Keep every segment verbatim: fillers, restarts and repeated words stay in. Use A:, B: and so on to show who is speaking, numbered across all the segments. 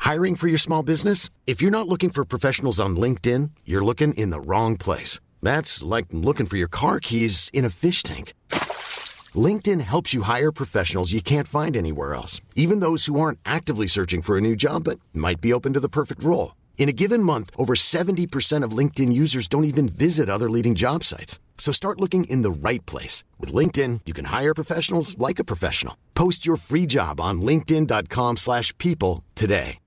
A: Hiring for your small business? If you're not looking for professionals on LinkedIn, you're looking in the wrong place. That's like looking for your car keys in a fish tank. LinkedIn helps you hire professionals you can't find anywhere else, even those who aren't actively searching for a new job but might be open to the perfect role. In a given month, over seventy percent of LinkedIn users don't even visit other leading job sites. So start looking in the right place. With LinkedIn, you can hire professionals like a professional. Post your free job on linkedin dot com slash people today.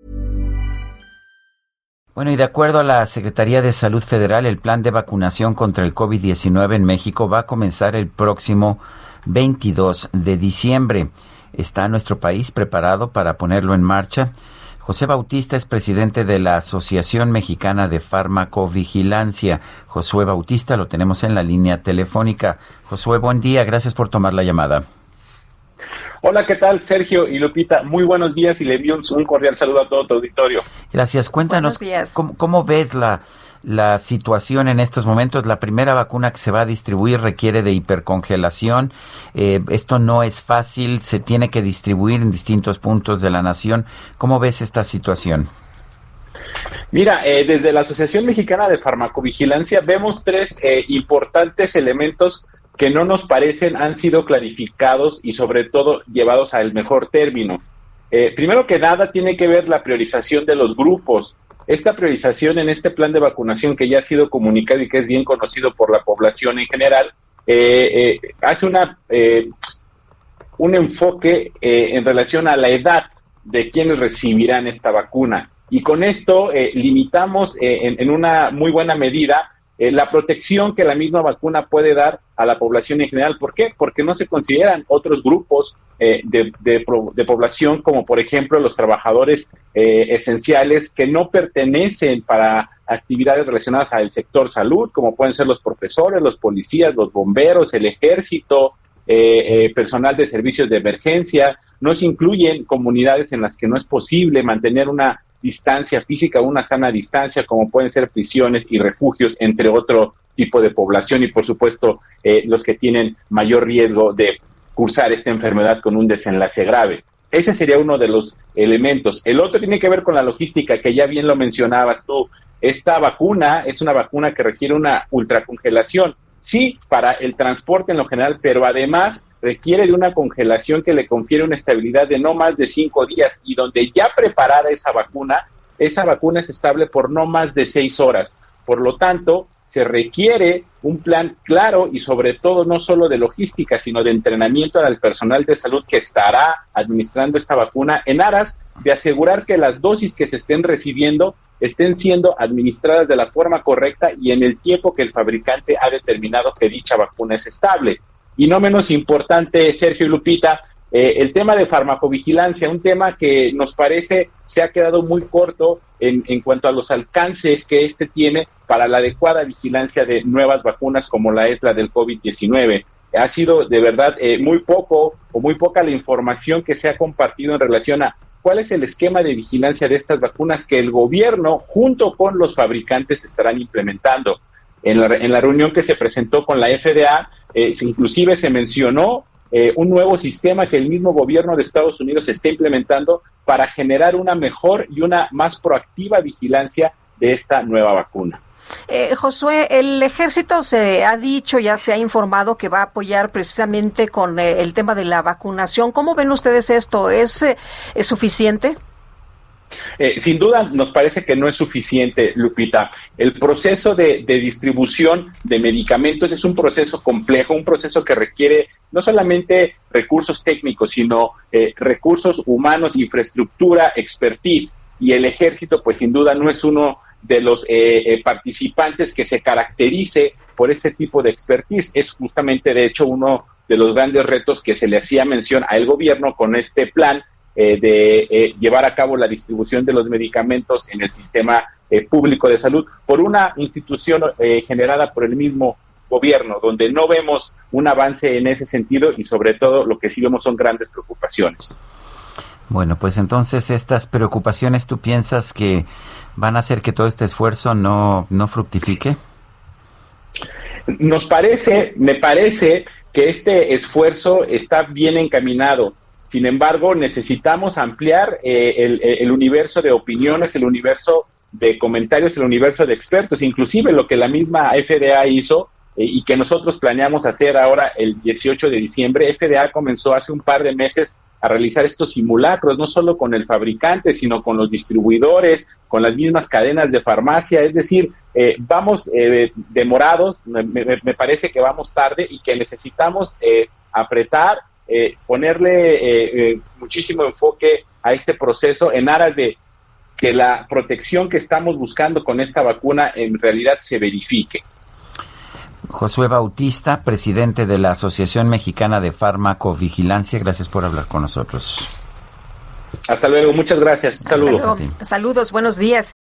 B: Bueno, y de acuerdo a la Secretaría de Salud Federal, el plan de vacunación contra el COVID diecinueve en México va a comenzar el próximo veintidós de diciembre. ¿Está nuestro país preparado para ponerlo en marcha? José Bautista es presidente de la Asociación Mexicana de Farmacovigilancia. Josué Bautista, lo tenemos en la línea telefónica. Josué, buen día, gracias por tomar la llamada.
C: Hola, ¿qué tal, Sergio y Lupita? Muy buenos días y le envío un cordial saludo a todo tu auditorio.
B: Gracias. Cuéntanos, ¿cómo, cómo ves la, la situación en estos momentos? La primera vacuna que se va a distribuir requiere de hipercongelación. Eh, esto no es fácil, se tiene que distribuir en distintos puntos de la nación. ¿Cómo ves esta situación?
C: Mira, eh, desde la Asociación Mexicana de Farmacovigilancia vemos tres eh, importantes elementos que no nos parecen han sido clarificados y sobre todo llevados al mejor término. Eh, primero que nada tiene que ver la priorización de los grupos. Esta priorización en este plan de vacunación que ya ha sido comunicado y que es bien conocido por la población en general, eh, eh, hace una eh, un enfoque eh, en relación a la edad de quienes recibirán esta vacuna. Y con esto eh, limitamos eh, en, en una muy buena medida Eh, la protección que la misma vacuna puede dar a la población en general. ¿Por qué? Porque no se consideran otros grupos eh, de, de, de población, como por ejemplo los trabajadores eh, esenciales que no pertenecen para actividades relacionadas al sector salud, como pueden ser los profesores, los policías, los bomberos, el ejército, eh, eh, personal de servicios de emergencia. No se incluyen comunidades en las que no es posible mantener una distancia física, una sana distancia, como pueden ser prisiones y refugios, entre otro tipo de población, y por supuesto eh, los que tienen mayor riesgo de cursar esta enfermedad con un desenlace grave. Ese sería uno de los elementos. El otro tiene que ver con la logística, que ya bien lo mencionabas tú. Esta vacuna es una vacuna que requiere una ultracongelación, sí, para el transporte en lo general, pero además requiere de una congelación que le confiere una estabilidad de no más de cinco días, y donde ya preparada esa vacuna, esa vacuna es estable por no más de seis horas. Por lo tanto, se requiere un plan claro y sobre todo no solo de logística, sino de entrenamiento al personal de salud que estará administrando esta vacuna en aras de asegurar que las dosis que se estén recibiendo estén siendo administradas de la forma correcta y en el tiempo que el fabricante ha determinado que dicha vacuna es estable. Y no menos importante, Sergio y Lupita, eh, el tema de farmacovigilancia, un tema que nos parece se ha quedado muy corto en, en cuanto a los alcances que este tiene para la adecuada vigilancia de nuevas vacunas como la es la del COVID diecinueve. Ha sido de verdad eh, muy poco o muy poca la información que se ha compartido en relación a cuál es el esquema de vigilancia de estas vacunas que el gobierno junto con los fabricantes estarán implementando. En la, en la reunión que se presentó con la F D A, eh, inclusive se mencionó eh, un nuevo sistema que el mismo gobierno de Estados Unidos está implementando para generar una mejor y una más proactiva vigilancia de esta nueva vacuna.
D: Eh, Josué, el ejército se ha dicho, ya se ha informado que va a apoyar precisamente con eh, el tema de la vacunación. ¿Cómo ven ustedes esto? ¿Es, eh, ¿es suficiente?
C: Eh, sin duda nos parece que no es suficiente, Lupita. El proceso de, de distribución de medicamentos es un proceso complejo, un proceso que requiere no solamente recursos técnicos, sino eh, recursos humanos, infraestructura, expertise. Y el ejército, pues sin duda no es uno de los eh, eh, participantes que se caracterice por este tipo de expertise. Es justamente, de hecho, uno de los grandes retos que se le hacía mención al gobierno con este plan eh, de eh, llevar a cabo la distribución de los medicamentos en el sistema eh, público de salud por una institución eh, generada por el mismo gobierno, donde no vemos un avance en ese sentido y sobre todo lo que sí vemos son grandes preocupaciones.
B: Bueno, pues entonces estas preocupaciones, ¿tú piensas que van a hacer que todo este esfuerzo no, no fructifique?
C: Nos parece, me parece que este esfuerzo está bien encaminado. Sin embargo, necesitamos ampliar eh, el, el universo de opiniones, el universo de comentarios, el universo de expertos, inclusive lo que la misma F D A hizo eh, y que nosotros planeamos hacer ahora el dieciocho de diciembre. F D A comenzó hace un par de meses a realizar estos simulacros, no solo con el fabricante, sino con los distribuidores, con las mismas cadenas de farmacia, es decir, eh, vamos eh, demorados, me, me, me parece que vamos tarde y que necesitamos eh, apretar, eh, ponerle eh, eh, muchísimo enfoque a este proceso en aras de que la protección que estamos buscando con esta vacuna en realidad se verifique.
B: Josué Bautista, presidente de la Asociación Mexicana de Farmacovigilancia, gracias por hablar con nosotros.
C: Hasta luego, muchas gracias. Saludos.
D: Saludos, buenos días.